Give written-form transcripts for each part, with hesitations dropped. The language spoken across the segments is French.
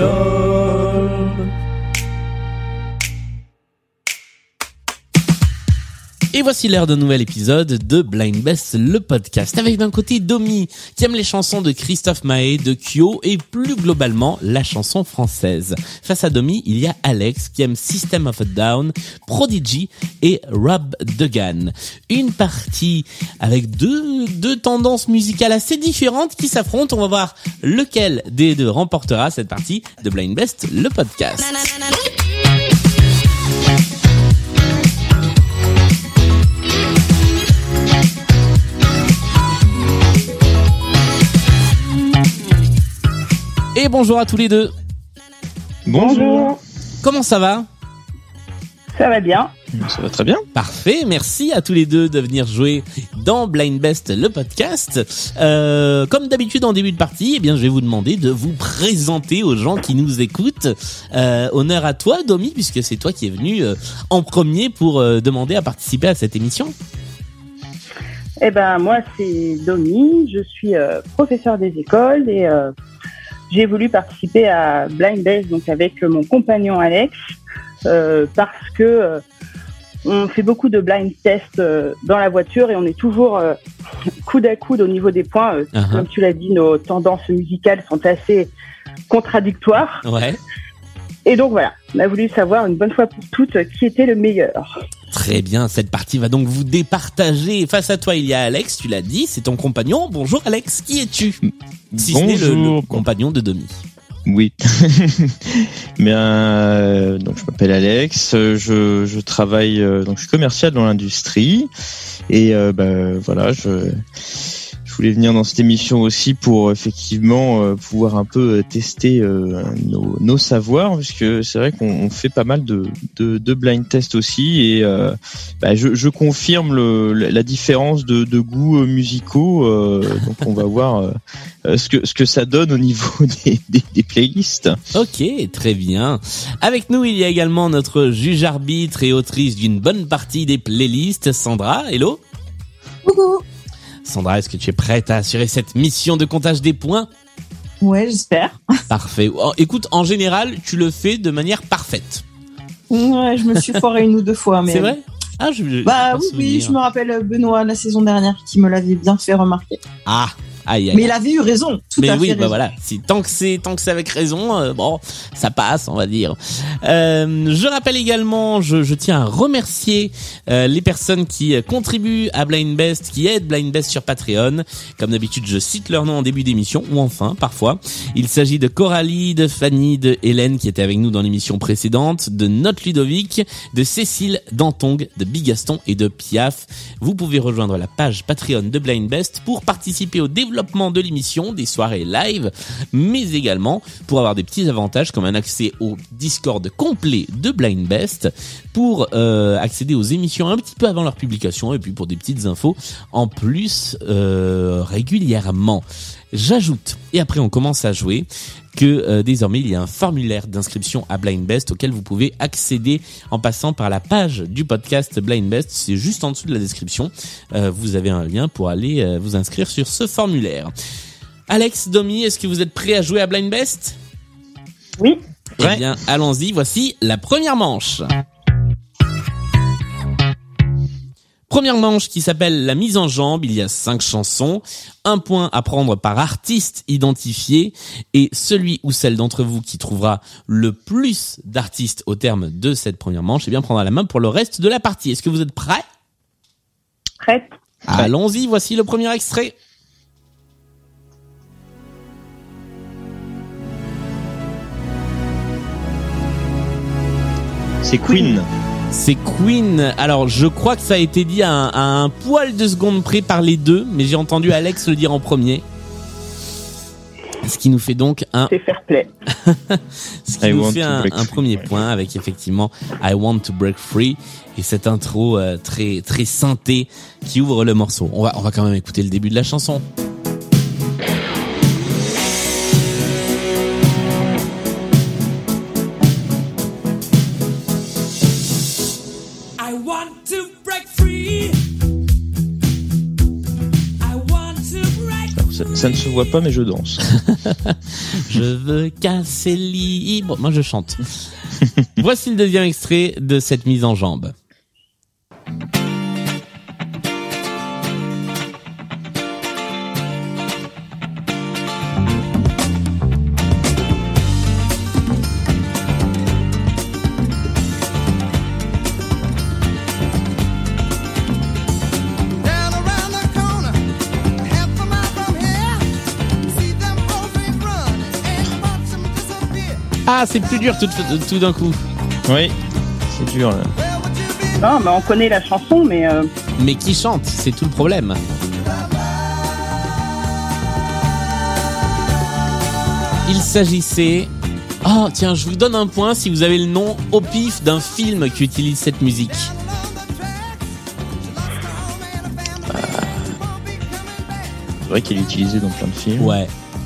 Stockholm. Et voici l'heure d'un nouvel épisode de Blind Best, le podcast. Avec d'un côté Domi, qui aime les chansons de Christophe Maé, de Kyo et plus globalement la chanson française. Face à Domi, il y a Alex, qui aime System of a Down, Prodigy et Rob Degan. Une partie avec deux tendances musicales assez différentes qui s'affrontent. On va voir lequel des deux remportera cette partie de Blind Best, le podcast. Et bonjour à tous les deux. Bonjour. Comment ça va ? Ça va bien. Ça va très bien. Parfait, merci à tous les deux de venir jouer dans Blind Best, le podcast. Comme d'habitude en début de partie, eh bien, je vais vous demander de vous présenter aux gens qui nous écoutent. Honneur à toi, Domi, puisque c'est toi qui es venu en premier pour demander à participer à cette émission. Eh ben, moi, c'est Domi. Je suis professeur des écoles et j'ai voulu participer à Blind Best donc avec mon compagnon Alex parce que on fait beaucoup de blind tests dans la voiture et on est toujours coude à coude au niveau des points. Comme tu l'as dit, nos tendances musicales sont assez contradictoires. Ouais. Et donc voilà, on a voulu savoir une bonne fois pour toutes qui était le meilleur. Très bien, cette partie va donc vous départager. Face à toi, il y a Alex, tu l'as dit, c'est ton compagnon. Bonjour Alex, qui es-tu ? Si ce n'est le compagnon de Domi. Oui. Bien, donc je m'appelle Alex, je travaille, donc je suis commercial dans l'industrie et voilà, je voulais venir dans cette émission aussi pour effectivement pouvoir un peu tester nos savoirs, parce que c'est vrai qu'on fait pas mal de blind tests aussi et je confirme la différence de goûts musicaux, donc on va voir ce que ça donne au niveau des playlists. Ok, très bien. Avec nous, il y a également notre juge arbitre et autrice d'une bonne partie des playlists, Sandra. Hello. Coucou. Sandra, est-ce que tu es prête à assurer cette mission de comptage des points ? Ouais, j'espère. Parfait. Écoute, en général, tu le fais de manière parfaite. Ouais, je me suis foiré une ou deux fois, mais... C'est vrai ? Oui, je me rappelle Benoît la saison dernière qui me l'avait bien fait remarquer. Ah, aïe. Mais il avait eu raison, tout à fait raison. Voilà. Tant que c'est avec raison, ça passe, on va dire. Je rappelle également, je tiens à remercier les personnes qui contribuent à Blind Best, qui aident Blind Best sur Patreon. Comme d'habitude, je cite leur nom en début d'émission, ou enfin, parfois. Il s'agit de Coralie, de Fanny, de Hélène, qui était avec nous dans l'émission précédente, de Note Ludovic, de Cécile, d'Antong, de Bigaston et de Piaf. Vous pouvez rejoindre la page Patreon de Blind Best pour participer au développement de l'émission, des soirées live, mais également pour avoir des petits avantages comme un accès au Discord complet de Blind Best, pour accéder aux émissions un petit peu avant leur publication et puis pour des petites infos en plus régulièrement. J'ajoute, et après on commence à jouer, que désormais il y a un formulaire d'inscription à Blind Best auquel vous pouvez accéder en passant par la page du podcast Blind Best. C'est juste en dessous de la description. Vous avez un lien pour aller vous inscrire sur ce formulaire. Alex, Domi, est-ce que vous êtes prêts à jouer à Blind Best ? Oui. Eh bien, allons-y. Voici la première manche. Première manche qui s'appelle la mise en jambe. Il y a 5 chansons, 1 point à prendre par artiste identifié, et celui ou celle d'entre vous qui trouvera le plus d'artistes au terme de cette première manche, eh bien prendra la main pour le reste de la partie. Est-ce que vous êtes prêts ? Prête. Allons-y, voici le premier extrait. C'est Queen. C'est Queen. Alors, je crois que ça a été dit à un poil de seconde près par les deux, mais j'ai entendu Alex le dire en premier. Ce qui nous fait donc c'est fair play. Ce qui nous fait un premier point avec effectivement I Want to Break Free et cette intro très très synthé qui ouvre le morceau. On va quand même écouter le début de la chanson. Ça ne se voit pas, mais je danse. Je veux casser libre. Moi, je chante. Voici le deuxième extrait de cette mise en jambe. Ah, c'est plus dur tout d'un coup. Oui, c'est dur là. Non, mais on connaît la chanson, mais... Mais qui chante, c'est tout le problème. Il s'agissait... Oh, tiens, je vous donne un point si vous avez le nom au pif d'un film qui utilise cette musique. C'est vrai qu'il est utilisé dans plein de films. Ouais.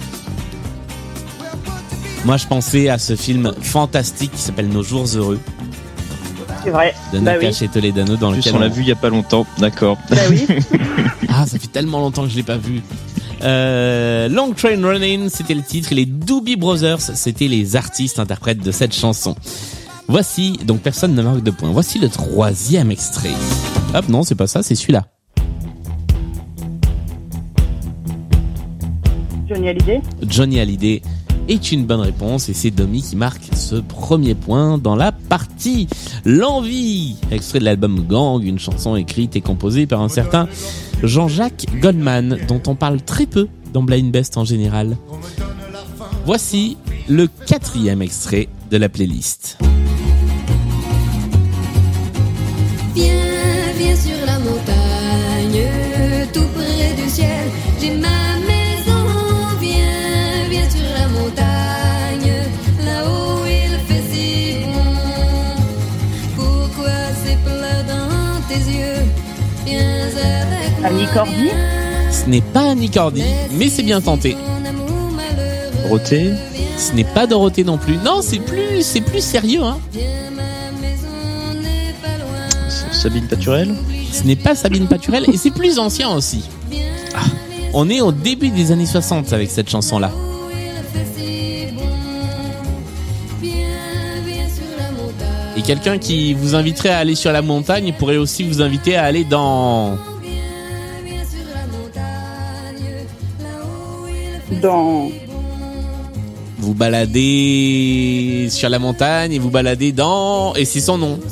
Moi, je pensais à ce film fantastique qui s'appelle Nos jours heureux. C'est vrai. De Nakache Toledano, dans lequel on l'a vu il y a pas longtemps. D'accord. Bah oui. Ah, ça fait tellement longtemps que je l'ai pas vu. Long Train Running, c'était le titre. Et les Doobie Brothers, c'était les artistes interprètes de cette chanson. Voici, donc personne ne marque de points. Voici le troisième extrait. Hop, non, c'est pas ça, c'est celui-là. Johnny Hallyday. Johnny Hallyday est une bonne réponse et c'est Domi qui marque ce premier point dans la partie. L'envie, extrait de l'album Gang, une chanson écrite et composée par un certain Jean-Jacques Goldman, dont on parle très peu dans Blind Best en général. Voici le quatrième extrait de la playlist. Viens, viens sur la montagne, tout près du ciel, j'ai ma maison. Viens, viens sur la montagne, là-haut il fait si bon. Pourquoi c'est plat dans tes yeux? Viens avec moi. Annie Cordy. Ce n'est pas Annie Cordy, mais c'est bien tenté. Dorothée. Ce n'est pas Dorothée non plus. Non, c'est plus sérieux, hein. Sabine Paturel. Ce n'est pas Sabine Paturel et c'est plus ancien aussi. Ah, on est au début des années 60 avec cette chanson-là. Et quelqu'un qui vous inviterait à aller sur la montagne pourrait aussi vous inviter à aller dans... Vous baladez sur la montagne et vous baladez dans... Et c'est son nom.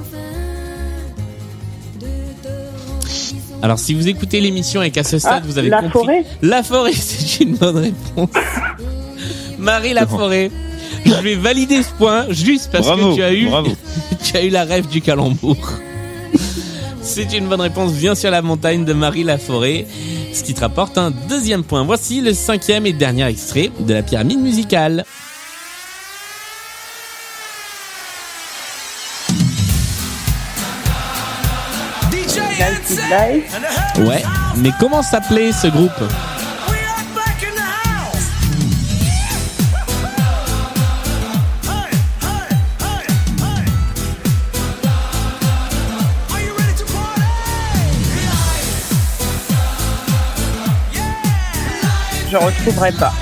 Alors, si vous écoutez l'émission et qu'à ce stade, vous avez compris... Forêt. La forêt, c'est une bonne réponse. Marie Laforêt. Je vais valider ce point juste parce que tu as eu la rêve du calembour. C'est une bonne réponse. Viens sur la montagne de Marie Laforêt, ce qui te rapporte un deuxième point. Voici le cinquième et dernier extrait de la pyramide musicale. Ouais, mais comment s'appelait ce groupe? Je retrouverai pas.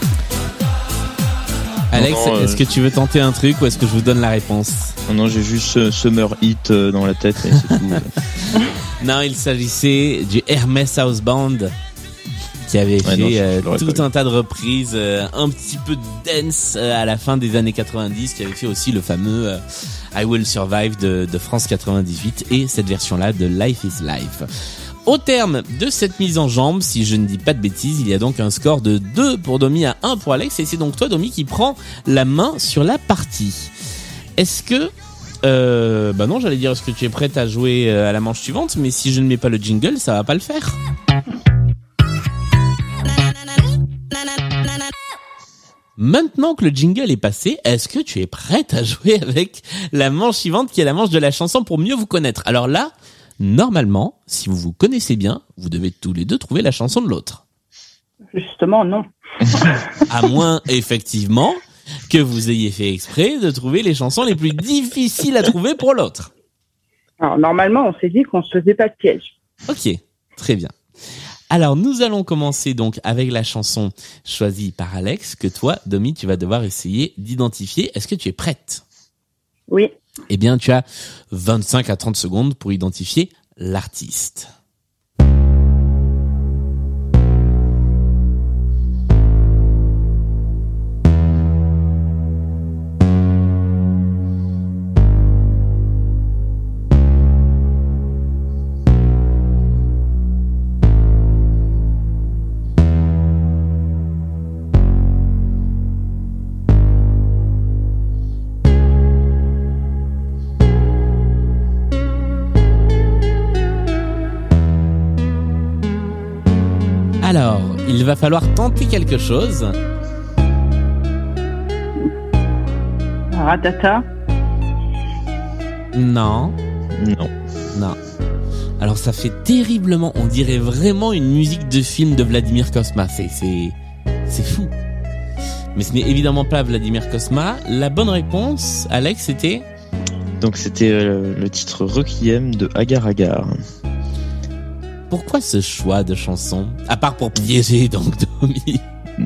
Alex, est-ce que tu veux tenter un truc ou est-ce que je vous donne la réponse? Non, j'ai juste Summer Heat dans la tête et c'est tout. Non, il s'agissait du Hermès House Band qui avait fait tout un tas de reprises, un petit peu de dance à la fin des années 90, qui avait fait aussi le fameux I Will Survive de France 98 et cette version-là de Life is Life. Au terme de cette mise en jambe, si je ne dis pas de bêtises, il y a donc un score de 2 pour Domi à 1 pour Alex et c'est donc toi, Domi, qui prend la main sur la partie. Est-ce que... bah non, j'allais dire est-ce que tu es prête à jouer à la manche suivante, mais si je ne mets pas le jingle, ça va pas le faire. Maintenant que le jingle est passé, est-ce que tu es prête à jouer avec la manche suivante qui est la manche de la chanson pour mieux vous connaître? Alors là, normalement, si vous vous connaissez bien, vous devez tous les deux trouver la chanson de l'autre. Justement, non. À moins, effectivement, que vous ayez fait exprès de trouver les chansons les plus difficiles à trouver pour l'autre. Alors, normalement, on s'est dit qu'on se faisait pas de piège. Ok, très bien. Alors, nous allons commencer donc avec la chanson choisie par Alex, que toi, Domi, tu vas devoir essayer d'identifier. Est-ce que tu es prête ? Oui. Eh bien, tu as 25 à 30 secondes pour identifier l'artiste. Alors, il va falloir tenter quelque chose. Ratata. Non. Alors ça fait terriblement, on dirait vraiment une musique de film de Vladimir Cosma. C'est fou. Mais ce n'est évidemment pas Vladimir Cosma. La bonne réponse, Alex, c'était ? Donc c'était le titre Requiem de Agar Agar. Pourquoi ce choix de chanson ? À part pour piéger donc Domi.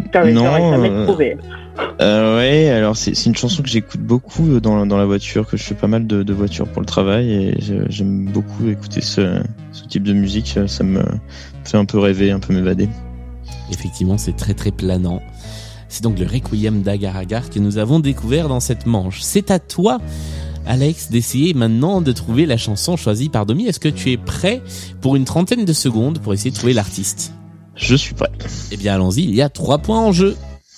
Ouais, alors c'est une chanson que j'écoute beaucoup dans la voiture, que je fais pas mal de voitures pour le travail et j'aime beaucoup écouter ce type de musique, ça me fait un peu rêver, un peu m'évader. Effectivement, c'est très très planant. C'est donc le Requiem d'Agar Agar que nous avons découvert dans cette manche. C'est à toi, Alex, d'essayer maintenant de trouver la chanson choisie par Domi. Est-ce que tu es prêt pour une trentaine de secondes pour essayer de trouver l'artiste ? Je suis prêt. Eh bien, allons-y, il y a 3 points en jeu.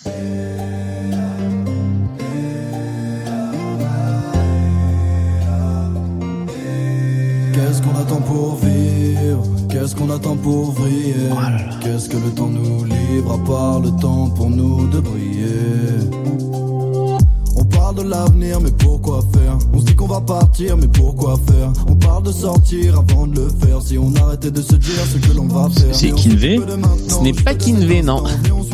Qu'est-ce qu'on attend pour vivre ? Qu'est-ce qu'on attend pour vriller ? Qu'est-ce que le temps nous livre à part le temps pour nous de briller ? On parle de l'avenir, mais pourquoi faire ? On se dit qu'on va partir, mais pourquoi faire ? On parle de sortir avant de le faire. Si on arrêtait de se dire ce que l'on va faire. C'est Kinvey ? Ce n'est pas Kinvey, non.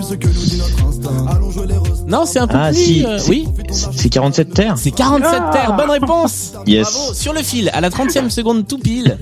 Non, c'est un peu plus... si, oui. C'est 47 terres ? C'est 47 terres, bonne réponse. Yes. Bravo, sur le fil, à la 30e seconde tout pile.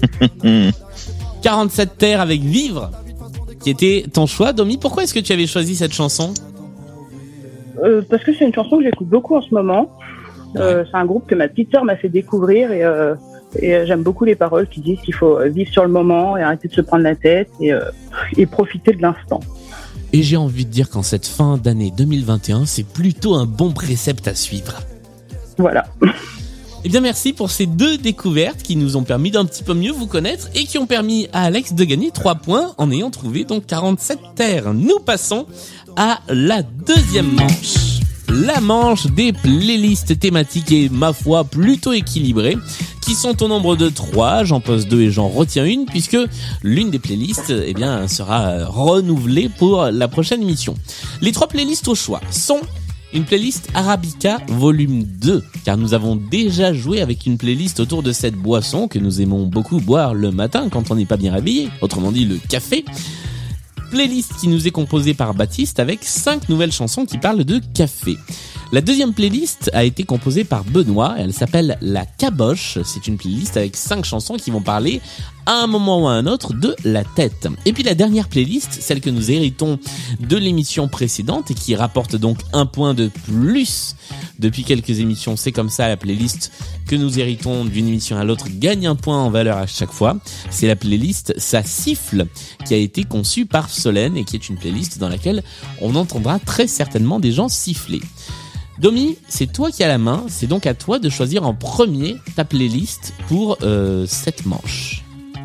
47 terres avec Vivre, qui était ton choix. Domi, pourquoi est-ce que tu avais choisi cette chanson ? Parce que c'est une chanson que j'écoute beaucoup en ce moment. C'est un groupe que ma petite sœur m'a fait découvrir et j'aime beaucoup les paroles qui disent qu'il faut vivre sur le moment et arrêter de se prendre la tête et profiter de l'instant. Et j'ai envie de dire qu'en cette fin d'année 2021, c'est plutôt un bon précepte à suivre. Voilà. Eh bien, merci pour ces 2 découvertes qui nous ont permis d'un petit peu mieux vous connaître et qui ont permis à Alex de gagner 3 points en ayant trouvé donc 47 terres. Nous passons à la deuxième manche. La manche des playlists thématiques et, ma foi, plutôt équilibrées, qui sont au nombre de 3. J'en pose 2 et j'en retiens une, puisque l'une des playlists, eh bien, sera renouvelée pour la prochaine émission. Les 3 playlists au choix sont une playlist Arabica volume 2, car nous avons déjà joué avec une playlist autour de cette boisson que nous aimons beaucoup boire le matin quand on n'est pas bien réveillé, autrement dit le café. Playlist qui nous est composée par Baptiste avec 5 nouvelles chansons qui parlent de café. La deuxième playlist a été composée par Benoît, elle s'appelle La Caboche. C'est une playlist avec 5 chansons qui vont parler à un moment ou à un autre de la tête. Et puis la dernière playlist, celle que nous héritons de l'émission précédente et qui rapporte donc 1 point de plus depuis quelques émissions. C'est comme ça, la playlist que nous héritons d'une émission à l'autre gagne 1 point en valeur à chaque fois. C'est la playlist Ça siffle qui a été conçue par Solène et qui est une playlist dans laquelle on entendra très certainement des gens siffler. Domi, c'est toi qui as la main, c'est donc à toi de choisir en premier ta playlist pour cette manche.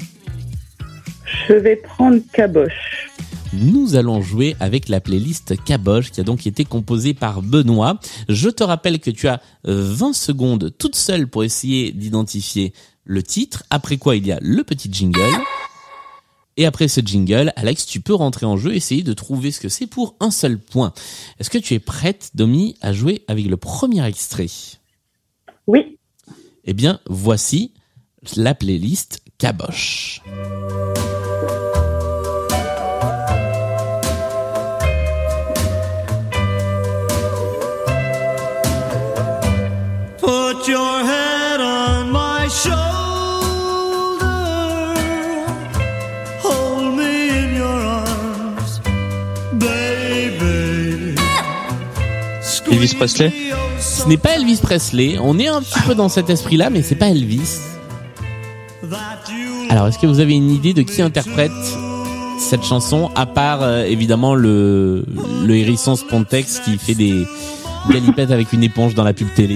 Je vais prendre Caboche. Nous allons jouer avec la playlist Caboche qui a donc été composée par Benoît. Je te rappelle que tu as 20 secondes toute seule pour essayer d'identifier le titre, après quoi il y a le petit jingle. Et après ce jingle, Alex, tu peux rentrer en jeu et essayer de trouver ce que c'est pour un seul point. Est-ce que tu es prête, Domi, à jouer avec le premier extrait ? Oui. Eh bien, voici la playlist Caboche. Put your head on my shoulder, hold me in your Elvis Presley? Ce n'est pas Elvis Presley. On est un petit peu dans cet esprit-là, mais c'est pas Elvis. Alors, est-ce que vous avez une idée de qui interprète cette chanson, à part évidemment le hérisson Spontex qui fait des galipettes avec une éponge dans la pub télé?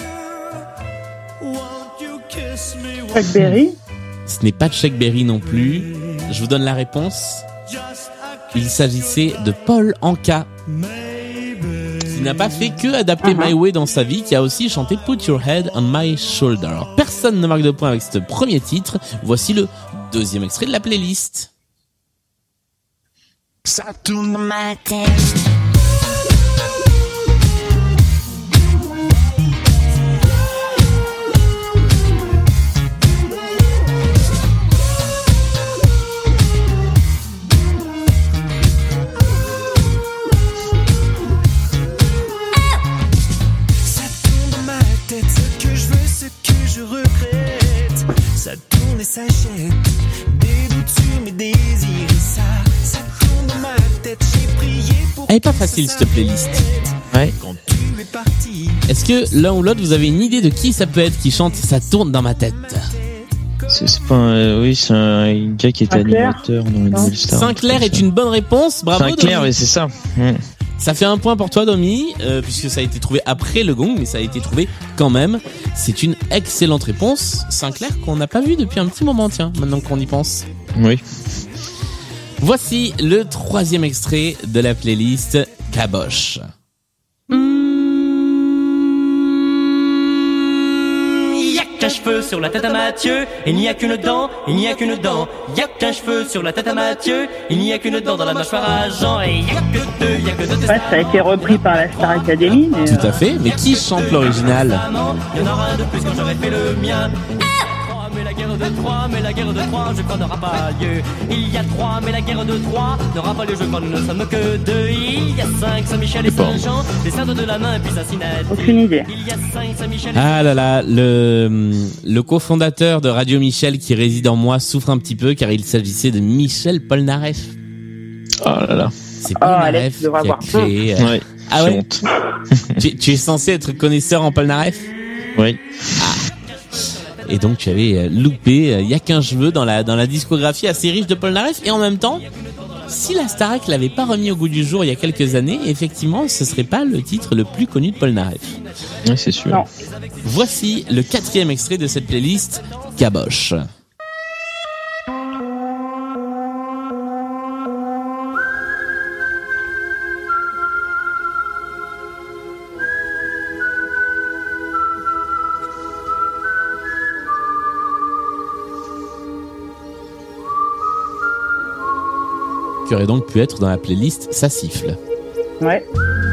Chuck Berry. Ce n'est pas Chuck Berry non plus. Je vous donne la réponse. Il s'agissait de Paul Anka, qui n'a pas fait que adapter My Way dans sa vie, qui a aussi chanté Put Your Head on My Shoulder. Alors, personne ne marque de point avec ce premier titre. Voici le deuxième extrait de la playlist. Ça tourne dans ma tête. Ça tourne et ça jette des doutes sur mes désirs et ça tourne dans ma tête. J'ai prié pour. Elle est pas facile cette playlist. Ouais. Quand tu es parti. Est-ce que l'un ou l'autre vous avez une idée de qui ça peut être qui chante Ça tourne dans ma tête? C'est pas oui, c'est un gars qui était animateur dans les Nouvelles Stars. Sinclair est une bonne réponse. Bravo. Sinclair, Domi. oui, c'est ça. Ça fait un point pour toi, Domi, puisque ça a été trouvé après le gong, mais ça a été trouvé quand même. C'est une excellente réponse. Sinclair qu'on n'a pas vu depuis un petit moment, tiens, maintenant qu'on y pense. Oui. Voici le troisième extrait de la playlist Caboche. Qu'un cheveu sur la tête à Mathieu, il n'y a qu'une dent, il n'y a qu'une dent. Y'a qu'un cheveu sur la tête à Mathieu, il n'y a qu'une dent dans la mâchoire à Jean. Et y'a que deux. Ouais, ça a été repris par la Star Academy. Mais Tout à fait, mais qui chante l'original? Il y en aura un de plus quand j'aurai fait le mien. Mais la guerre de Troie, je crois n'aura pas lieu. Il y a 3, mais la guerre de Troie n'aura pas lieu, je crois nous ne sommes que 2. Il y a 5, Saint-Michel et Saint-Jean, des saints de la main et puis Saint-Sinette. Aucune idée. Il y a 5, Saint-Michel et Ah là là, le cofondateur de Radio Michel qui réside en moi souffre un petit peu car il s'agissait de Michel Polnareff. Oh là là. C'est Polnareff Alex qui devrait a avoir créé... Ouais. Ah j'ai ouais. honte. Tu es censé être connaisseur en Polnareff? Oui. Et donc tu avais loupé, y a qu'un cheveu dans la discographie assez riche de Polnareff. Et en même temps, si la Starac l'avait pas remis au goût du jour il y a quelques années, effectivement, ce serait pas le titre le plus connu de Polnareff. Oui, c'est sûr. Non. Voici le quatrième extrait de cette playlist Caboche. Qui aurait donc pu être dans la playlist Ça siffle. Ouais.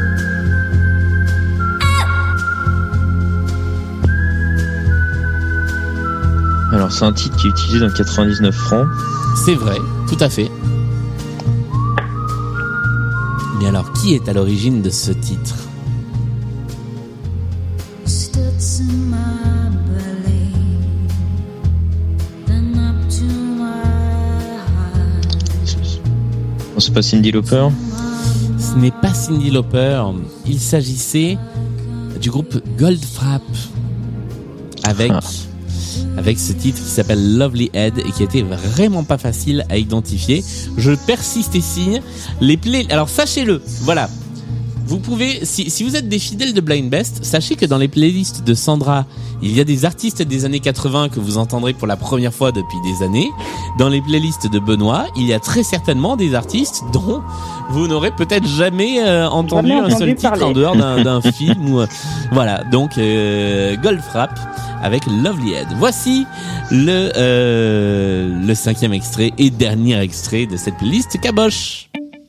Alors, c'est un titre qui est utilisé dans 99 francs. C'est vrai, tout à fait. Mais alors, qui est à l'origine de ce titre? C'est pas Cyndi Lauper? Ce n'est pas Cyndi Lauper. Il s'agissait du groupe Goldfrapp avec ce titre qui s'appelle Lovely Head et qui était vraiment pas facile à identifier. Je persiste et signe. Alors sachez-le, voilà. Vous pouvez, si vous êtes des fidèles de Blind Best, sachez que dans les playlists de Sandra, il y a des artistes des années 80 que vous entendrez pour la première fois depuis des années. Dans les playlists de Benoît, il y a très certainement des artistes dont vous n'aurez peut-être jamais entendu un seul titre en dehors d'un film ou voilà. Donc Goldfrapp avec Lovely Head. Voici le cinquième extrait et dernier extrait de cette playlist Caboche.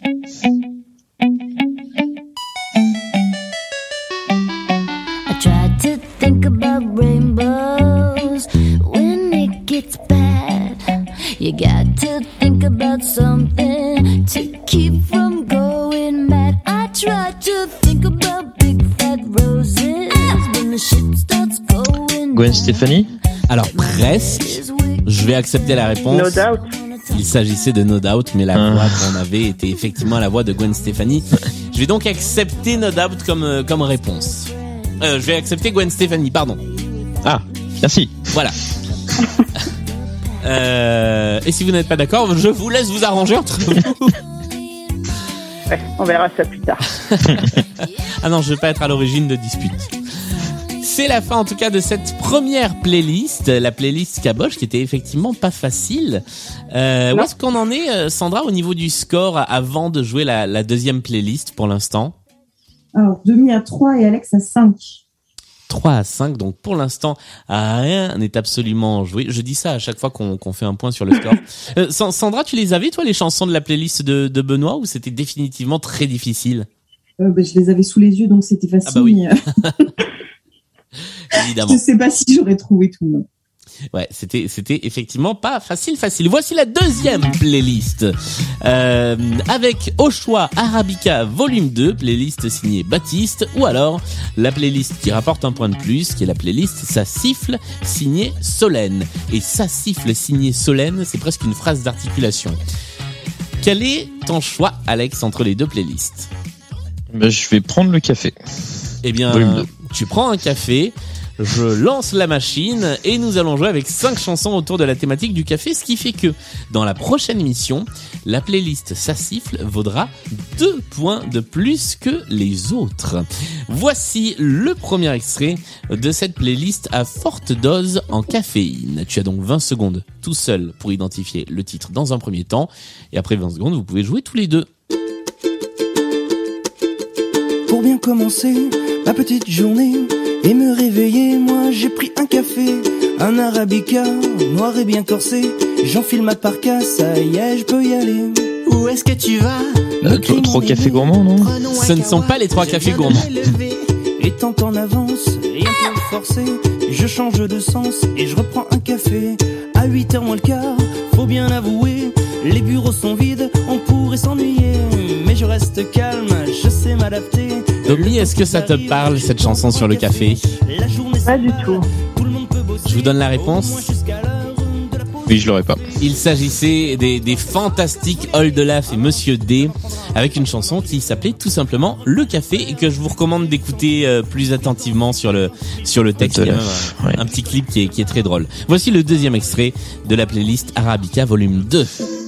Think about rainbows when it gets bad. You got to think about something to keep from going mad. I try to think about big fat roses when the shit starts going. Gwen Stefani? Alors presque. Je vais accepter la réponse. No doubt. Il s'agissait de No Doubt, mais la voix qu'on avait était effectivement la voix de Gwen Stefani. Je vais donc accepter No Doubt comme réponse. Je vais accepter Gwen Stefani, pardon. Ah, merci. Voilà. Et si vous n'êtes pas d'accord, je vous laisse vous arranger entre vous. Ouais, on verra ça plus tard. Ah non, je veux pas être à l'origine de disputes. C'est la fin en tout cas de cette première playlist, la playlist Caboche, qui était effectivement pas facile. Où est-ce qu'on en est, Sandra, au niveau du score avant de jouer la deuxième playlist pour l'instant? Alors, Demi à 3 et Alex à 5. 3 à 5, donc pour l'instant, rien n'est absolument joué. Je dis ça à chaque fois qu'on fait un point sur le score. Sandra, tu les avais, toi, les chansons de la playlist de Benoît, ou c'était définitivement très difficile? Je les avais sous les yeux, donc c'était facile. Ah bah oui. Évidemment. Je sais pas si j'aurais trouvé tout, non. Ouais, c'était effectivement pas facile. Voici la deuxième playlist avec au choix Arabica volume 2, playlist signée Baptiste, ou alors la playlist qui rapporte un point de plus, qui est la playlist Ça siffle signée Solène. Et Ça siffle signée Solène, c'est presque une phrase d'articulation. Quel est ton choix, Alex, entre les deux playlists? Je vais prendre le café. Eh bien, tu prends un café. Je lance la machine et nous allons jouer avec 5 chansons autour de la thématique du café, ce qui fait que dans la prochaine émission, la playlist Ça siffle vaudra 2 points de plus que les autres. Voici le premier extrait de cette playlist à forte dose en caféine. Tu as donc 20 secondes tout seul pour identifier le titre dans un premier temps, et après 20 secondes, vous pouvez jouer tous les deux. Pour bien commencer ma petite journée et me réveiller, moi j'ai pris un café, un Arabica, noir et bien corsé. J'enfile ma parka, ça y est, je peux y aller. Où est-ce que tu vas? 3 cafés gourmands, non? Ce ne sont pas les 3 cafés gourmands. Étant en avance et un peu forcé, je change de sens et je reprends un café. À 8h moins le quart, faut bien avouer, les bureaux sont vides, on pourrait s'ennuyer. Mais je reste calme, je sais m'adapter. Domi, est-ce que ça te parle, cette chanson sur le café? Pas du tout. Je vous donne la réponse. Oui, je l'aurais pas. Il s'agissait des fantastiques Oldelaf et Monsieur D, avec une chanson qui s'appelait tout simplement Le Café, et que je vous recommande d'écouter plus attentivement sur le texte. Il y a même un petit clip qui est très drôle. Voici le deuxième extrait de la playlist Arabica volume 2.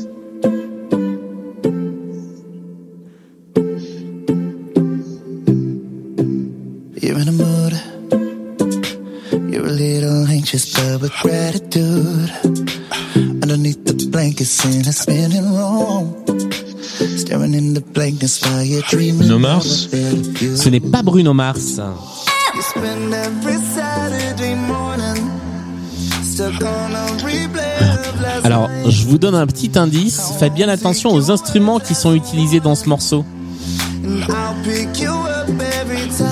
You're in a mood, you're a little anxious but with gratitude. Underneath the blankets in a spinning room, staring in the blankness while you're dreaming. Bruno Mars? Ce n'est pas Bruno Mars. You spend every Saturday morning stuck on a replay of last. Alors, je vous donne un petit indice. Faites bien attention aux instruments qui sont utilisés dans ce morceau. And I'll pick you up every time.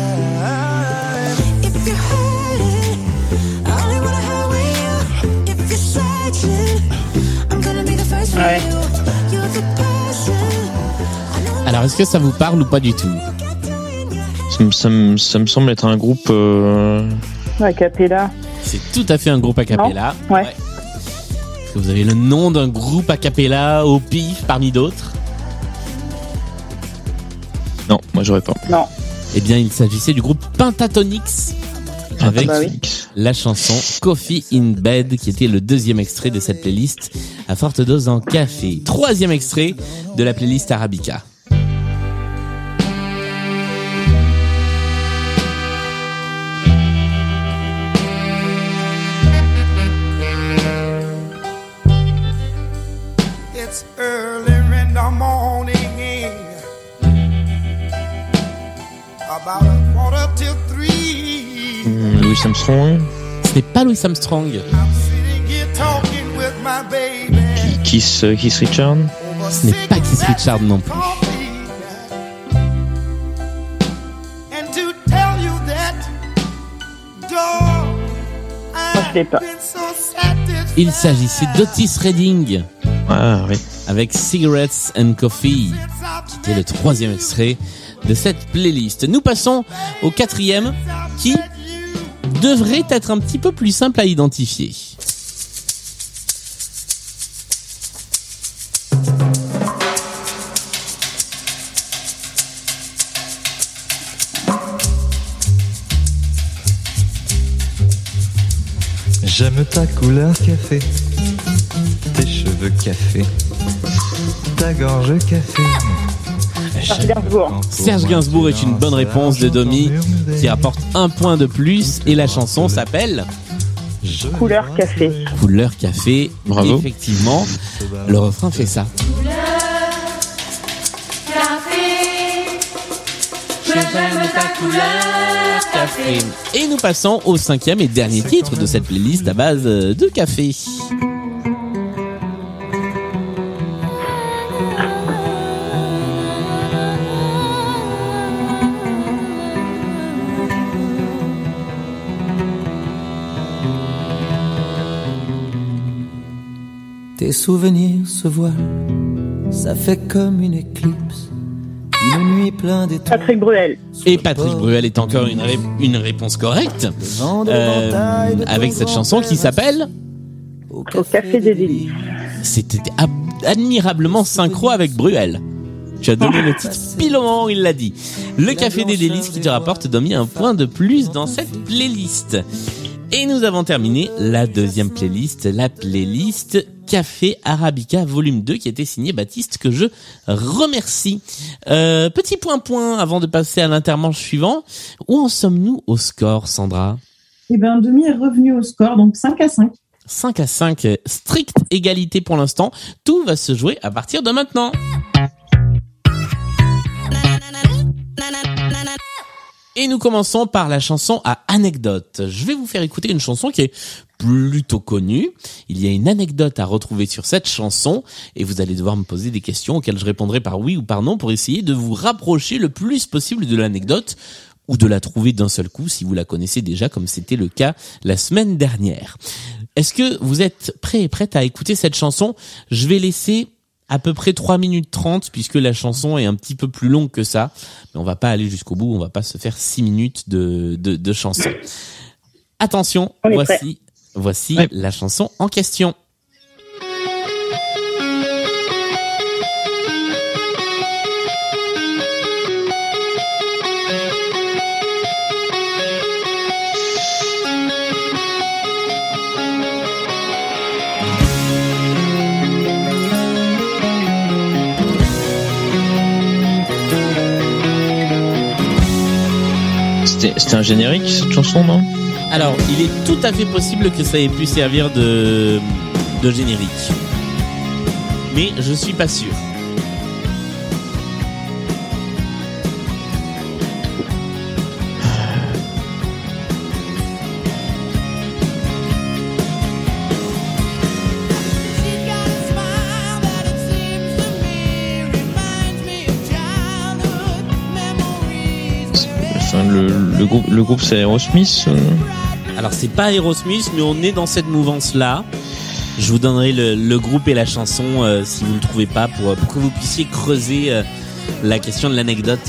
Ouais. Alors, est-ce que ça vous parle ou pas du tout? Ça me semble être un groupe... A cappella. C'est tout à fait un groupe a cappella. Ouais. Est-ce que vous avez le nom d'un groupe a cappella au pif parmi d'autres? Non, moi j'aurais pas. Non. Eh bien, il s'agissait du groupe Pentatonix, avec bah oui. la chanson Coffee in Bed, qui était le deuxième extrait de cette playlist à forte dose en café. Troisième extrait de la playlist Arabica. It's early in the morning, about 2:45. Louis Armstrong. Ce n'est pas Louis Armstrong. Keith Richards. Ce n'est pas Keith Richards non plus. Moi, je l'ai pas. Il s'agissait d'Otis Redding. Ah oui. Avec Cigarettes and Coffee, qui était le troisième extrait de cette playlist. Nous passons au quatrième, qui devrait être un petit peu plus simple à identifier. J'aime ta couleur café, tes cheveux café, ta gorge café. Serge Gainsbourg. Serge Gainsbourg est une bonne réponse de Domi qui rapporte un point de plus et la chanson s'appelle Couleur café. Couleur café. Bravo. Effectivement, le refrain fait ça. Café. Et nous passons au 5e et dernier titre de cette playlist à base de café. Tes souvenirs se voilent, ça fait comme une éclipse, une nuit pleine d'étoiles. Patrick Bruel. Et Patrick Bruel est encore une réponse correcte avec cette chanson qui s'appelle Au Café des Délices. C'était admirablement synchro avec Bruel. Tu as donné le titre pile au moment où il l'a dit. Le Café des Délices qui te rapporte Domi un point de plus dans cette playlist. Et nous avons terminé la deuxième playlist, la playlist Café Arabica volume 2 qui a été signée Baptiste, que je remercie. Petit point avant de passer à l'intermanche suivant. Où en sommes-nous au score, Sandra? Eh ben, Domi est revenu au score, donc 5-5. 5-5, stricte égalité pour l'instant. Tout va se jouer à partir de maintenant. Et nous commençons par la chanson à anecdote. Je vais vous faire écouter une chanson qui est plutôt connue. Il y a une anecdote à retrouver sur cette chanson et vous allez devoir me poser des questions auxquelles je répondrai par oui ou par non pour essayer de vous rapprocher le plus possible de l'anecdote ou de la trouver d'un seul coup si vous la connaissez déjà comme c'était le cas la semaine dernière. Est-ce que vous êtes prêts et prêtes à écouter cette chanson? Je vais laisser à peu près 3 minutes 30 puisque la chanson est un petit peu plus longue que ça. Mais on va pas aller jusqu'au bout, on va pas se faire 6 minutes de chanson. Attention, voici la chanson en question. C'était un générique, cette chanson, non? Alors, il est tout à fait possible que ça ait pu servir de générique. Mais je suis pas sûr. Le groupe c'est Aerosmith. Alors c'est pas Aerosmith, mais on est dans cette mouvance-là. Je vous donnerai le groupe et la chanson si vous ne le trouvez pas pour que vous puissiez creuser la question de l'anecdote.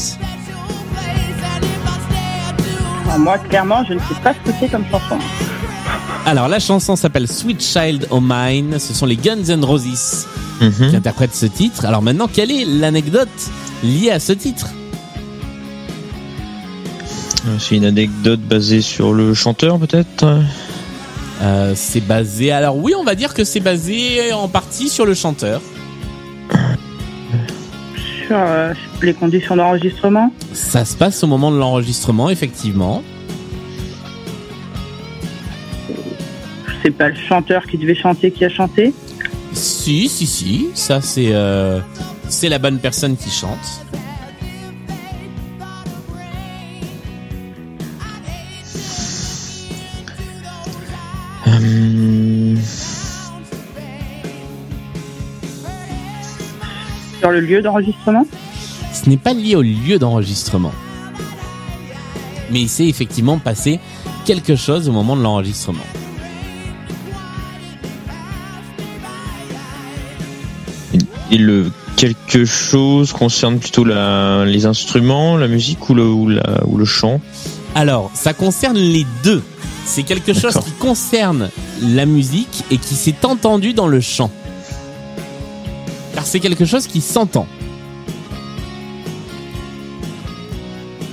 Moi, clairement, je ne sais pas ce que c'est comme chanson. Alors la chanson s'appelle Sweet Child O' Mine. Ce sont les Guns N' Roses qui interprètent ce titre. Alors maintenant, quelle est l'anecdote liée à ce titre? C'est une anecdote basée sur le chanteur, peut-être. C'est basé... Alors oui, on va dire que c'est basé en partie sur le chanteur. Sur les conditions d'enregistrement. Ça se passe au moment de l'enregistrement, effectivement. C'est pas le chanteur qui devait chanter qui a chanté? Si. Ça, c'est la bonne personne qui chante. Sur le lieu d'enregistrement? Ce n'est pas lié au lieu d'enregistrement. Mais il s'est effectivement passé quelque chose au moment de l'enregistrement. Et le quelque chose concerne plutôt les instruments, la musique ou le chant? Alors, ça concerne les deux. C'est quelque chose qui concerne la musique et qui s'est entendu dans le chant. Car c'est quelque chose qui s'entend.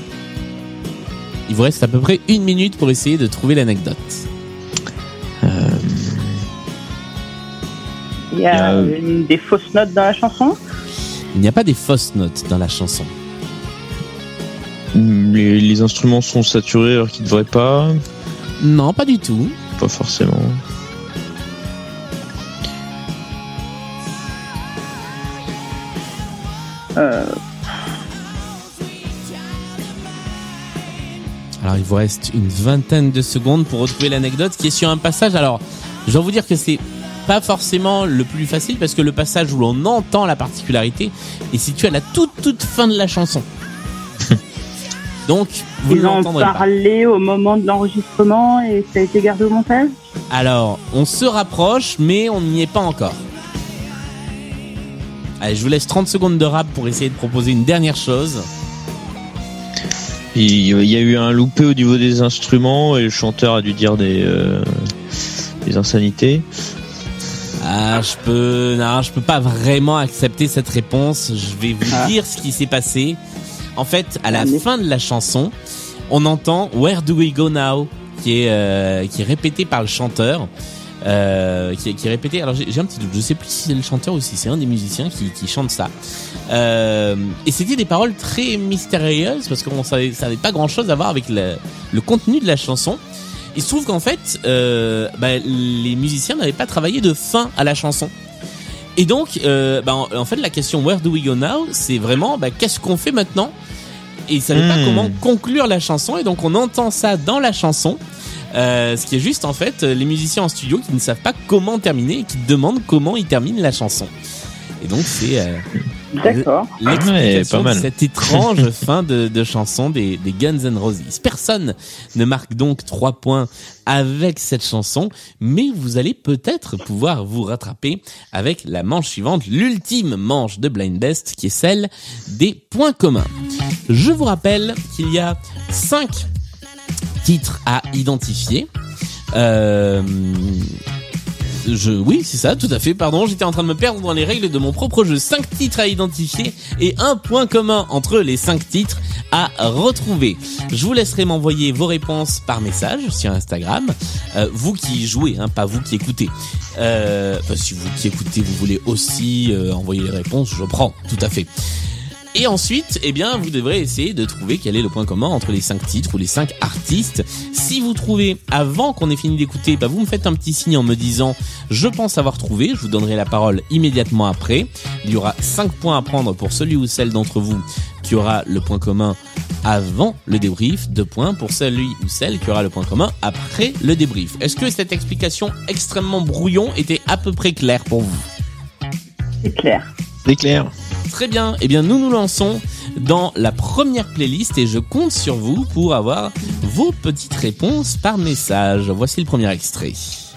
Il vous reste à peu près 1 minute pour essayer de trouver l'anecdote. Il y a des fausses notes dans la chanson? Il n'y a pas des fausses notes dans la chanson. Les instruments sont saturés alors qu'ils ne devraient pas? Non, pas du tout. Pas forcément. Alors il vous reste une vingtaine de secondes pour retrouver l'anecdote qui est sur un passage. Alors je dois vous dire que c'est pas forcément le plus facile parce que le passage où l'on entend la particularité est situé à la toute fin de la chanson. Donc vous ne l'entendrez pas. Ils ont parlé au moment de l'enregistrement et ça a été gardé au montage? Alors on se rapproche mais on n'y est pas encore. Allez, je vous laisse 30 secondes de rap pour essayer de proposer une dernière chose. Il y a eu un loupé au niveau des instruments et le chanteur a dû dire des insanités. Ah, je peux pas vraiment accepter cette réponse. Je vais vous dire ce qui s'est passé. En fait, à la fin de la chanson, on entend Where Do We Go Now qui est répété par le chanteur. Qui est répété. Alors j'ai un petit doute, je sais plus si c'est le chanteur ou si c'est un des musiciens qui chante ça. Et c'était des paroles très mystérieuses parce qu'on savait pas grand chose à voir avec le contenu de la chanson. Il se trouve qu'en fait, les musiciens n'avaient pas travaillé de fin à la chanson. Et donc, en fait, la question Where do we go now, c'est vraiment qu'est-ce qu'on fait maintenant. Et ils savaient pas comment conclure la chanson. Et donc on entend ça dans la chanson. Ce qui est juste en fait les musiciens en studio qui ne savent pas comment terminer et qui demandent comment ils terminent la chanson. Et donc c'est l'explication de cette étrange fin de chanson des Guns N' Roses. Personne ne marque donc 3 points avec cette chanson, mais vous allez peut-être pouvoir vous rattraper avec la manche suivante, l'ultime manche de Blind Best, qui est celle des points communs. Je vous rappelle qu'il y a 5 titres à identifier. Oui, c'est ça, tout à fait, pardon, j'étais en train de me perdre dans les règles de mon propre jeu. 5 titres à identifier et un point commun entre les 5 titres à retrouver. Je vous laisserai m'envoyer vos réponses par message sur Instagram. Vous qui jouez, pas vous qui écoutez. Si vous qui écoutez, vous voulez aussi envoyer les réponses, je prends, tout à fait. Et ensuite, vous devrez essayer de trouver quel est le point commun entre les 5 titres ou les 5 artistes. Si vous trouvez avant qu'on ait fini d'écouter, vous me faites un petit signe en me disant « Je pense avoir trouvé », je vous donnerai la parole immédiatement après. Il y aura 5 points à prendre pour celui ou celle d'entre vous qui aura le point commun avant le débrief, 2 points pour celui ou celle qui aura le point commun après le débrief. Est-ce que cette explication extrêmement brouillon était à peu près claire pour vous? C'est clair. C'est clair. Très bien, nous lançons dans la première playlist et je compte sur vous pour avoir vos petites réponses par message. Voici le premier extrait.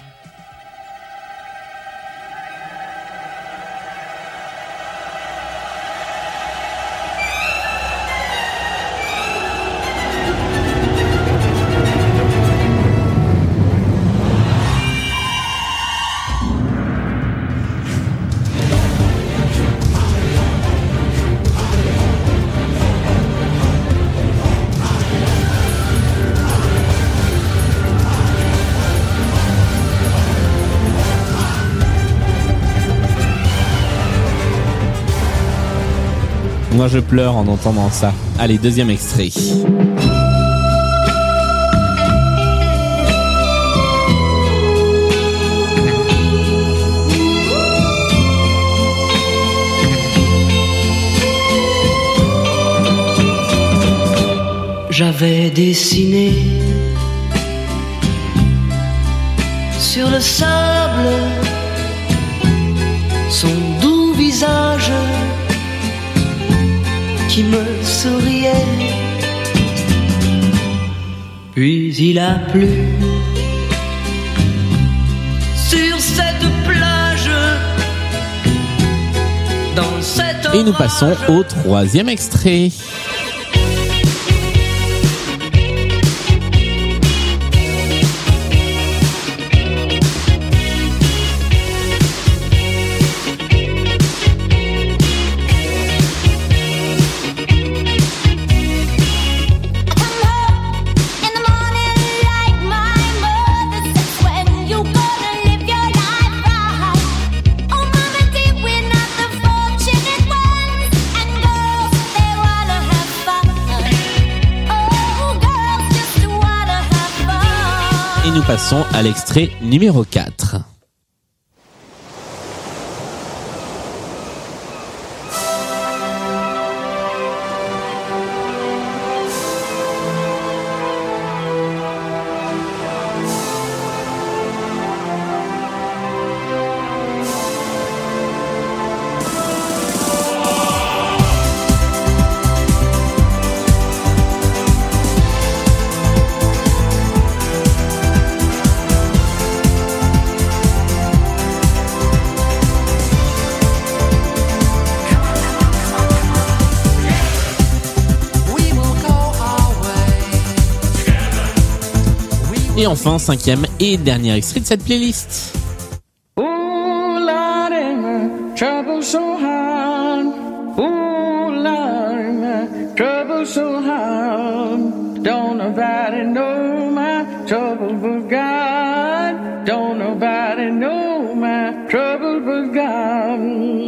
Moi je pleure en entendant ça. Allez, deuxième extrait. J'avais dessiné sur le sable son doux visage qui me souriait. Puis il a plu sur cette plage, dans cet orage. Et nous passons au troisième extrait. Et nous passons à l'extrait numéro 4. Et enfin, 5e et dernier extrait de cette playlist. Ooh, Lord, my trouble so hard. Ooh, Lord, my trouble so hard. Don't nobody know my trouble but God. Don't nobody know my trouble but God.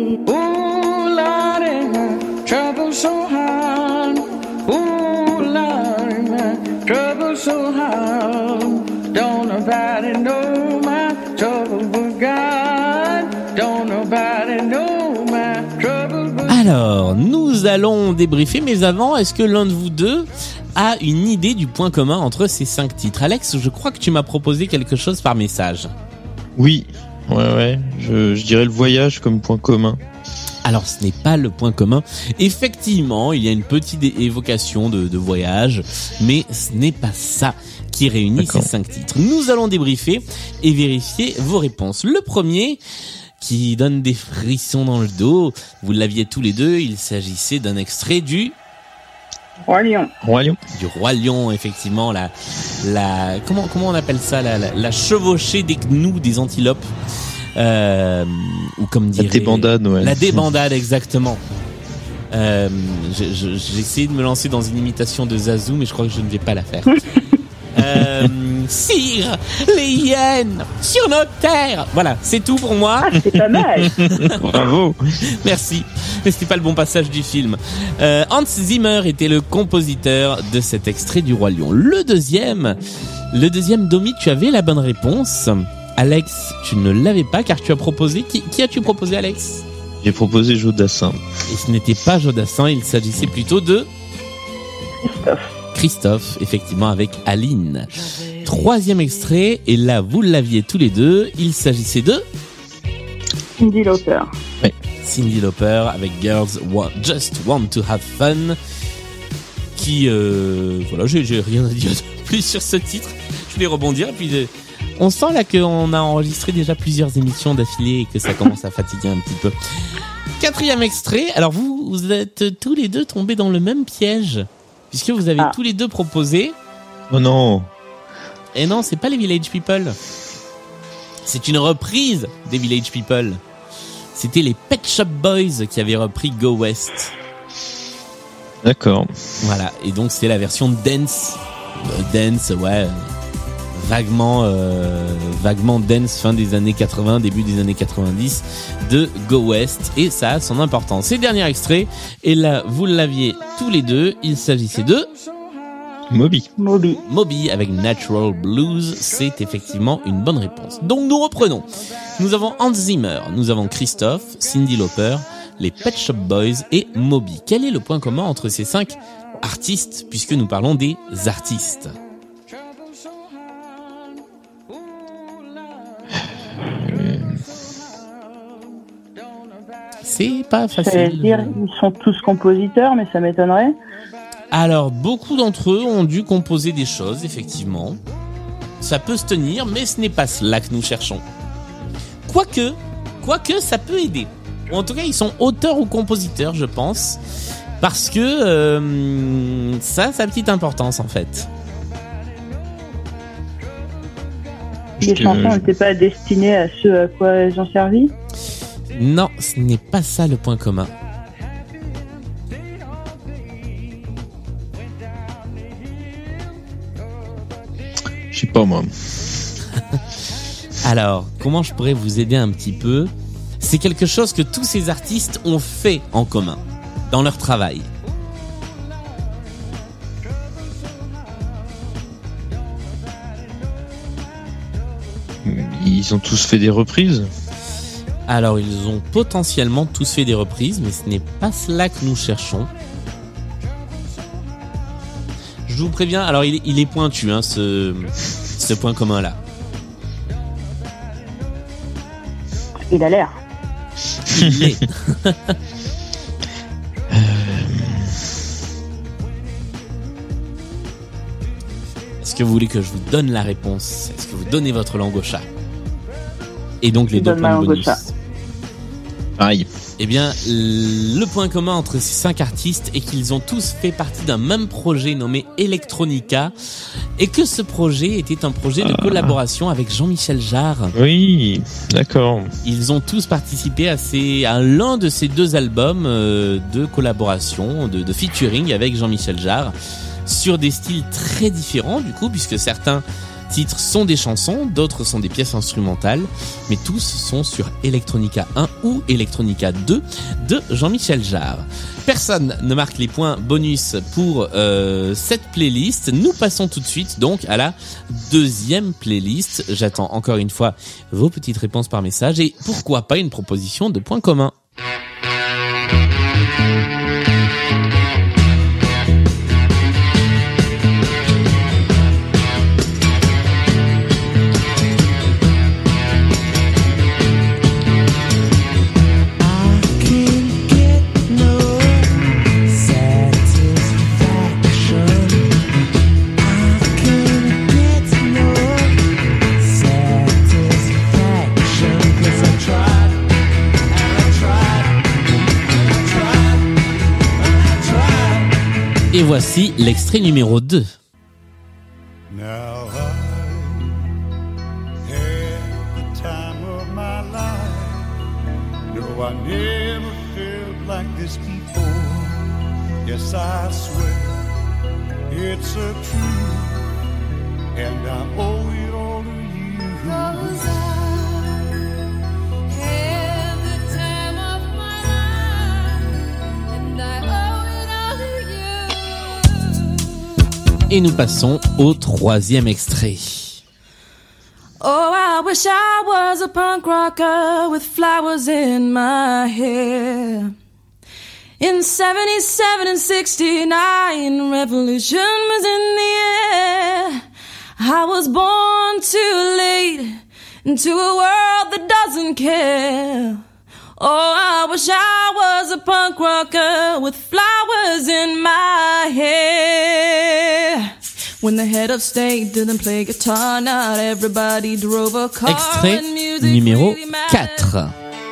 Ooh, Lord, my trouble so hard. Ooh, Lord, my trouble so hard. Don't nobody know my trouble but God. Don't nobody know my trouble but God. Alors, nous allons débriefer, mais avant, est-ce que l'un de vous deux a une idée du point commun entre ces 5 titres? Alex, je crois que tu m'as proposé quelque chose par message. Oui, ouais, je dirais le voyage comme point commun. Alors, ce n'est pas le point commun. Effectivement, il y a une petite évocation de voyage, mais ce n'est pas ça qui réunit ces 5 titres. Nous allons débriefer et vérifier vos réponses. Le premier, qui donne des frissons dans le dos, vous l'aviez tous les deux, il s'agissait d'un extrait du Roi Lion. Du Roi Lion, effectivement, comment on appelle ça, la chevauchée des gnous des antilopes, ou comme dirait... La débandade, ouais. La débandade, exactement. J'ai essayé de me lancer dans une imitation de Zazu, mais je crois que je ne vais pas la faire. Sire, les hyènes sur notre terre. Voilà, c'est tout pour moi. Ah, c'est pas mal. Bravo. Merci. Mais c'était pas le bon passage du film. Hans Zimmer était le compositeur de cet extrait du Roi Lion. Le deuxième, Domi, tu avais la bonne réponse. Alex, tu ne l'avais pas car tu as proposé. Qui as-tu proposé, Alex? J'ai proposé Jodassin. Et ce n'était pas Jodassin, il s'agissait plutôt de Christophe, effectivement, avec Aline. Troisième extrait, et là, vous l'aviez tous les deux, il s'agissait de Cyndi Lauper. Oui, Cyndi Lauper avec Girls Just Want to Have Fun, qui, voilà, j'ai rien à dire de plus sur ce titre. Je voulais rebondir, et puis on sent là qu'on a enregistré déjà plusieurs émissions d'affilée et que ça commence à fatiguer un petit peu. Quatrième extrait, alors vous êtes tous les deux tombés dans le même piège, puisque vous avez tous les deux proposé... Oh non. Et non, c'est pas les Village People. C'est une reprise des Village People. C'était les Pet Shop Boys qui avaient repris Go West. D'accord. Voilà, et donc c'est la version dance. Dance, ouais... vaguement dance fin des années 80, début des années 90 de Go West, et ça a son importance. C'est le dernier extrait, et là vous l'aviez tous les deux, il s'agissait de Moby avec Natural Blues. C'est effectivement une bonne réponse. Donc nous reprenons. Nous avons Hans Zimmer, nous avons Christophe, Cyndi Lauper, les Pet Shop Boys et Moby. Quel est le point commun entre ces 5 artistes, puisque nous parlons des artistes? C'est pas facile. J'allais dire, ils sont tous compositeurs, mais ça m'étonnerait. Alors, beaucoup d'entre eux ont dû composer des choses, effectivement. Ça peut se tenir, mais ce n'est pas cela que nous cherchons. Quoique, ça peut aider. Ou en tout cas, ils sont auteurs ou compositeurs, je pense. Parce que ça a sa petite importance, en fait. Les chansons n'étaient pas destinées à ce à quoi elles ont servi? Non, ce n'est pas ça le point commun. Je sais pas, moi. Alors, comment je pourrais vous aider un petit peu? C'est quelque chose que tous ces artistes ont fait en commun, dans leur travail. ils ont tous fait des reprises. Alors, ils ont potentiellement tous fait des reprises, mais ce n'est pas cela que nous cherchons. Je vous préviens, alors il est pointu, hein, ce point commun-là. Il a l'air. Il l'est. Est-ce que vous voulez que je vous donne la réponse? Est-ce que vous donnez votre langue au chat? Et donc les 2 points de bonus. Aïe. Eh bien, le point commun entre ces 5 artistes est qu'ils ont tous fait partie d'un même projet nommé Electronica, et que ce projet était un projet de collaboration avec Jean-Michel Jarre. Oui, d'accord. Ils ont tous participé à l'un de ces 2 albums de collaboration, de featuring avec Jean-Michel Jarre, sur des styles très différents du coup, puisque certains titres sont des chansons, d'autres sont des pièces instrumentales, mais tous sont sur Electronica 1 ou Electronica 2 de Jean-Michel Jarre. Personne ne marque les points bonus pour cette playlist. Nous passons tout de suite donc à la 2e playlist. J'attends encore une fois vos petites réponses par message et pourquoi pas une proposition de points communs. Et voici l'extrait numéro 2. Now I had the time of my life. No, I never felt like this before. Yes, I swear it's a truth, and I owe it all to you. 'Cause I had the time of my life, and I owe it all to you. Et nous passons au 3e extrait. Oh, I wish I was a punk rocker with flowers in my hair. In 77 and 69, revolution was in the air. I was born too late into a world that doesn't care. Oh, I wish I was a punk rocker with flowers in my hair. When the head of state didn't play guitar, not everybody drove a car. Extrait and music numéro really mattered. 4.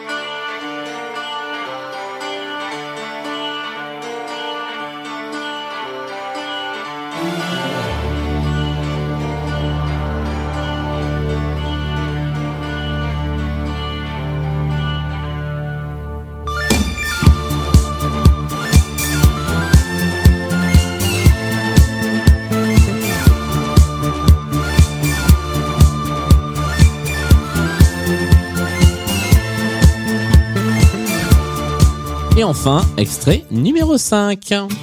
Et enfin, extrait numéro 5.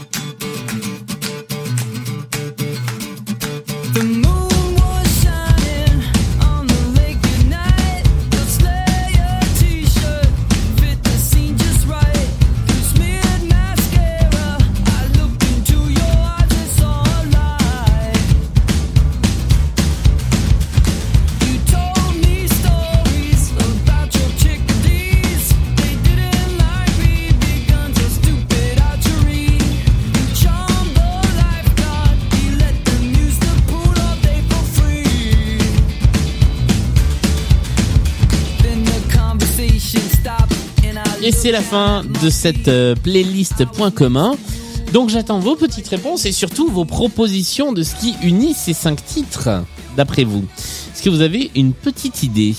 The moon was shining on the lake at night. The Slayer t-shirt fit the scene just right. You smeared mascara. I looked into your eyes and saw a light. You told me stories about your chickadees. They didn't like me, big guns or stupid archery. You charmed the lifeguard. He let them use the pool all day for free. Then the conversation stopped and I Et c'est la fin de cette playlist point commun. Donc j'attends vos petites réponses et surtout vos propositions de ce qui unit ces 5 titres, d'après vous. Est-ce que vous avez une petite idée?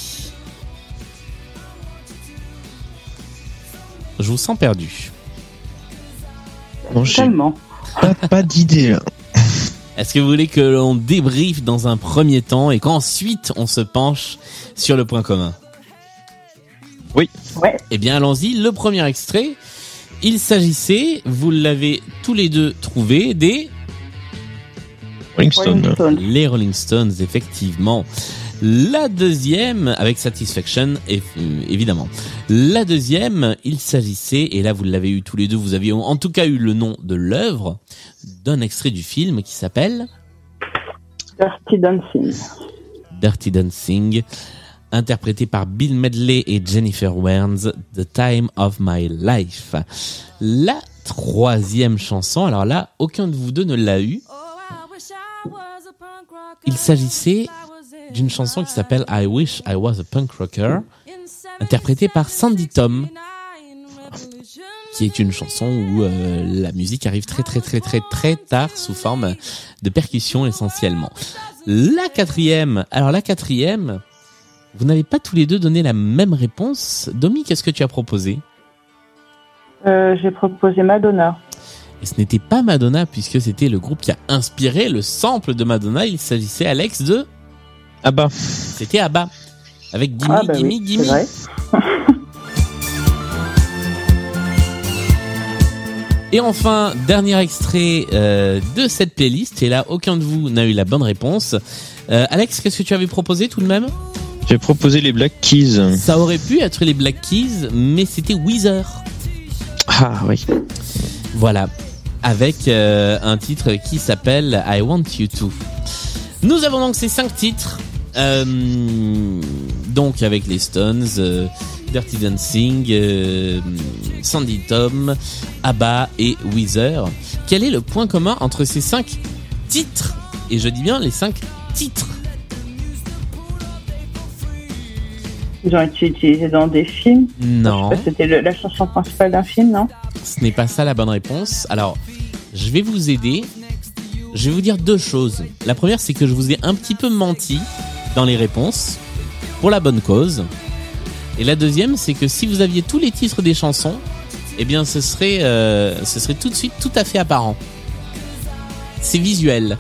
Je vous sens perdu. Non, j'ai Tellement. pas d'idée là. Est-ce que vous voulez que l'on débriefe dans un premier temps et qu'ensuite on se penche sur le point commun? Oui. Ouais. Eh bien allons-y, le premier extrait. Il s'agissait, vous l'avez tous les deux trouvé, des Rolling Stone. Rolling Stone. Les Rolling Stones, effectivement. La deuxième, avec Satisfaction, évidemment. La deuxième, il s'agissait, et là vous l'avez eu tous les deux, vous aviez en tout cas eu le nom de l'œuvre, d'un extrait du film qui s'appelle Dirty Dancing. Dirty Dancing, interprété par Bill Medley et Jennifer Warnes, The Time of My Life. La troisième chanson, alors là, aucun de vous deux ne l'a eu. Il s'agissait d'une chanson qui s'appelle I Wish I Was a Punk Rocker, interprétée par Sandy Tom, qui est une chanson où la musique arrive très tard sous forme de percussion essentiellement. La quatrième, vous n'avez pas tous les deux donné la même réponse. Domi, qu'est-ce que tu as proposé ? J'ai proposé Madonna. Et ce n'était pas Madonna, puisque c'était le groupe qui a inspiré le sample de Madonna. Il s'agissait, Alex, de ABBA. C'était ABBA, avec Gimme, Gimme. C'est vrai. Et enfin, dernier extrait de cette playlist. Et là, aucun de vous n'a eu la bonne réponse. Alex, qu'est-ce que tu avais proposé tout de même ? J'ai proposé les Black Keys. Ça aurait pu être les Black Keys, mais c'était Weezer. Ah oui. Voilà, avec un titre qui s'appelle I Want You To. Nous avons donc ces 5 titres, donc avec les Stones, Dirty Dancing, Sandy Tom, ABBA et Weezer. Quel est le point commun entre ces 5 titres ? Et je dis bien les 5 titres. Ils ont été utilisés dans des films. Non. Je sais pas, c'était la chanson principale d'un film, non ? Ce n'est pas ça la bonne réponse. Alors, je vais vous aider. Je vais vous dire 2 choses. La première, c'est que je vous ai un petit peu menti dans les réponses, pour la bonne cause. Et la deuxième, c'est que si vous aviez tous les titres des chansons, eh bien, ce serait tout de suite tout à fait apparent. C'est visuel.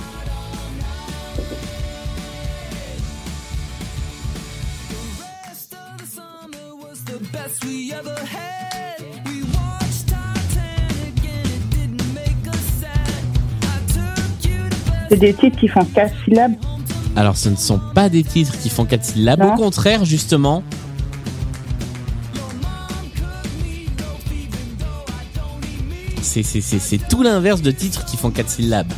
C'est des titres qui font 4 syllabes. Alors, ce ne sont pas des titres qui font 4 syllabes. Non. Au contraire, justement. C'est tout l'inverse de titres qui font 4 syllabes.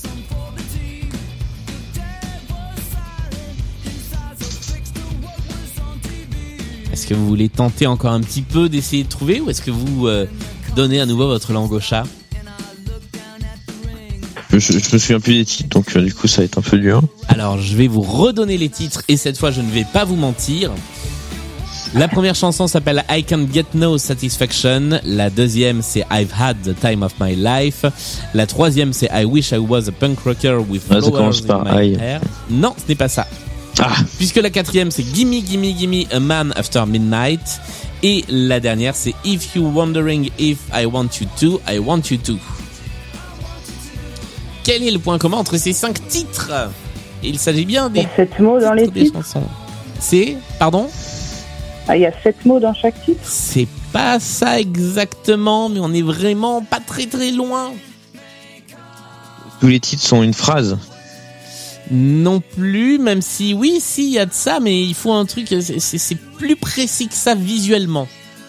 Est-ce que vous voulez tenter encore un petit peu d'essayer de trouver, ou est-ce que vous donnez à nouveau votre langue au chat ? Je me souviens plus des titres, donc du coup ça va être un peu dur. Alors je vais vous redonner les titres, et cette fois je ne vais pas vous mentir. La première chanson s'appelle I Can't Get No Satisfaction. La deuxième c'est I've Had the Time of My Life. La troisième c'est I Wish I Was a Punk Rocker with Flowers in My Hair. Non, ce n'est pas ça. Puisque la quatrième c'est Gimme Gimme Gimme A Man After Midnight. Et la dernière c'est If You Wondering If I Want You To, I Want You To. Quel est le point commun entre ces 5 titres ? Il s'agit bien des 7 mots dans les titres. Chansons. C'est, pardon ? Ah, il y a 7 mots dans chaque titre. C'est pas ça exactement, mais on est vraiment pas très loin. Tous les titres sont une phrase. Non plus, même si oui, il y a de ça, mais il faut un truc, c'est plus précis que ça visuellement.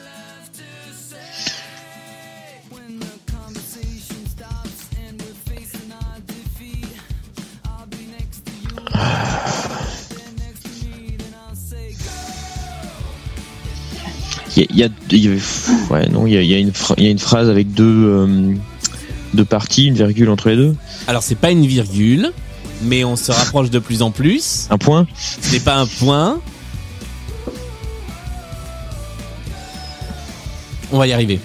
Il y a une phrase avec deux parties, une virgule entre les deux. Alors c'est pas une virgule, mais on se rapproche de plus en plus. Un point ? Ce n'est pas un point. On va y arriver.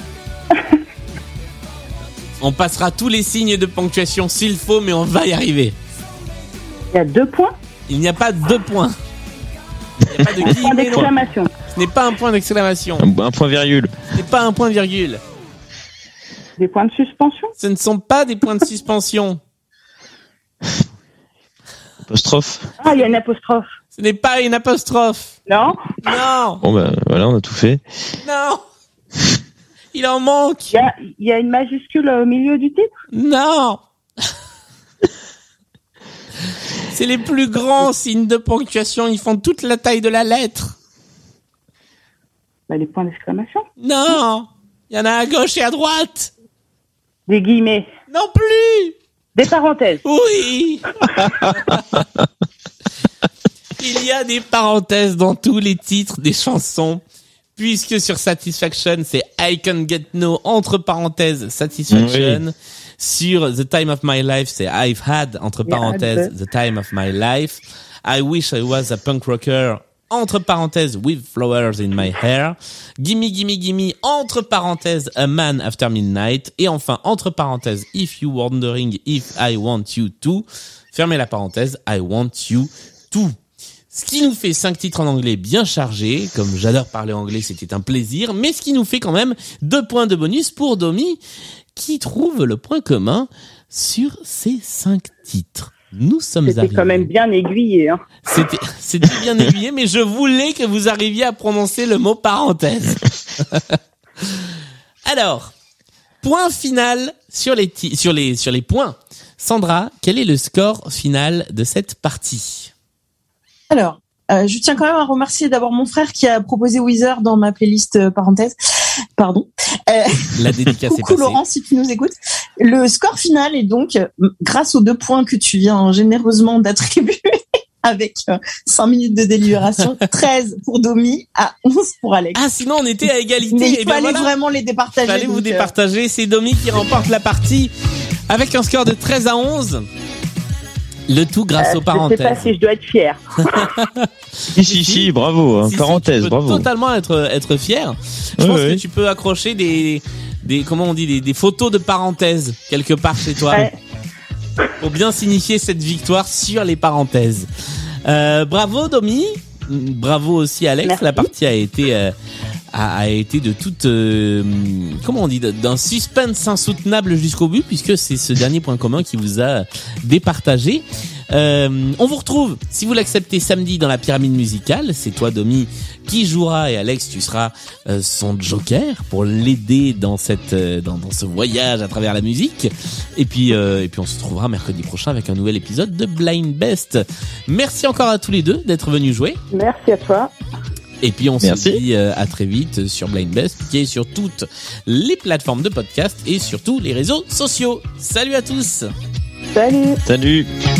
On passera tous les signes de ponctuation s'il faut, mais on va y arriver. Il y a 2 points ? Il n'y a pas 2 points. Il n'y a pas de un point d'exclamation. Ce n'est pas un point d'exclamation. Un point virgule. Ce n'est pas un point virgule. Des points de suspension ? Ce ne sont pas des points de suspension. Apostrophe. Ah, il y a une apostrophe. Ce n'est pas une apostrophe. Non ? Non. Bon ben voilà, on a tout fait. Non. Il en manque. Il y a une majuscule au milieu du titre ? Non. C'est les plus grands signes de ponctuation. Ils font toute la taille de la lettre. Les points d'exclamation. Non, il y en a à gauche et à droite. Des guillemets. Non plus. Des parenthèses. Oui. Il y a des parenthèses dans tous les titres des chansons. Puisque sur Satisfaction, c'est I Can Get No, entre parenthèses, Satisfaction. Oui. Sur The Time of My Life, c'est I've Had, entre parenthèses, The Time of My Life. I Wish I Was a Punk Rocker, entre parenthèses, With Flowers in My Hair. Gimme, Gimme, Gimme, entre parenthèses, A Man After Midnight. Et enfin, entre parenthèses, If You Wondering If I Want You To. Fermez la parenthèse, I Want You To. Ce qui nous fait 5 titres en anglais bien chargés. Comme j'adore parler anglais, c'était un plaisir. Mais ce qui nous fait quand même 2 points de bonus pour Domi, qui trouve le point commun sur ces 5 titres. Nous sommes arrivés. C'était quand même bien aiguillé, hein. C'était bien aiguillé, mais je voulais que vous arriviez à prononcer le mot parenthèse. Alors, point final sur les points. Sandra, quel est le score final de cette partie? Alors, je tiens quand même à remercier d'abord mon frère qui a proposé Weezer dans ma playlist parenthèse. Pardon. La dédicace est passée. Coucou Laurent, si tu nous écoutes. Le score final est donc, grâce aux 2 points que tu viens généreusement d'attribuer, avec 5 minutes de délibération, 13 pour Domi à 11 pour Alex. Ah, sinon on était à égalité. Mais il fallait vraiment les départager. Fallait vous départager. C'est Domi qui remporte la partie avec un score de 13 à 11. Le tout grâce aux parenthèses. Je sais pas si je dois être fier. Si, bravo, hein. Parenthèse, tu peux bravo. Totalement être fier. Je pense que tu peux accrocher des comment on dit, des photos de parenthèses quelque part chez toi. Ouais. Pour bien signifier cette victoire sur les parenthèses. Bravo Domi. Bravo aussi Alex. Merci. La partie a été de toute, comment on dit, d'un suspense insoutenable jusqu'au but, puisque c'est ce dernier point commun qui vous a départagé. On vous retrouve, si vous l'acceptez, samedi dans la pyramide musicale. C'est toi, Domi, qui jouera, et Alex, tu seras son joker pour l'aider dans dans ce voyage à travers la musique. Et puis on se retrouvera mercredi prochain avec un nouvel épisode de Blind Best. Merci encore à tous les deux d'être venus jouer. Merci à toi. Et puis on se dit à très vite sur Blind Best, qui est sur toutes les plateformes de podcast et sur tous les réseaux sociaux. Salut à tous. Salut. Salut.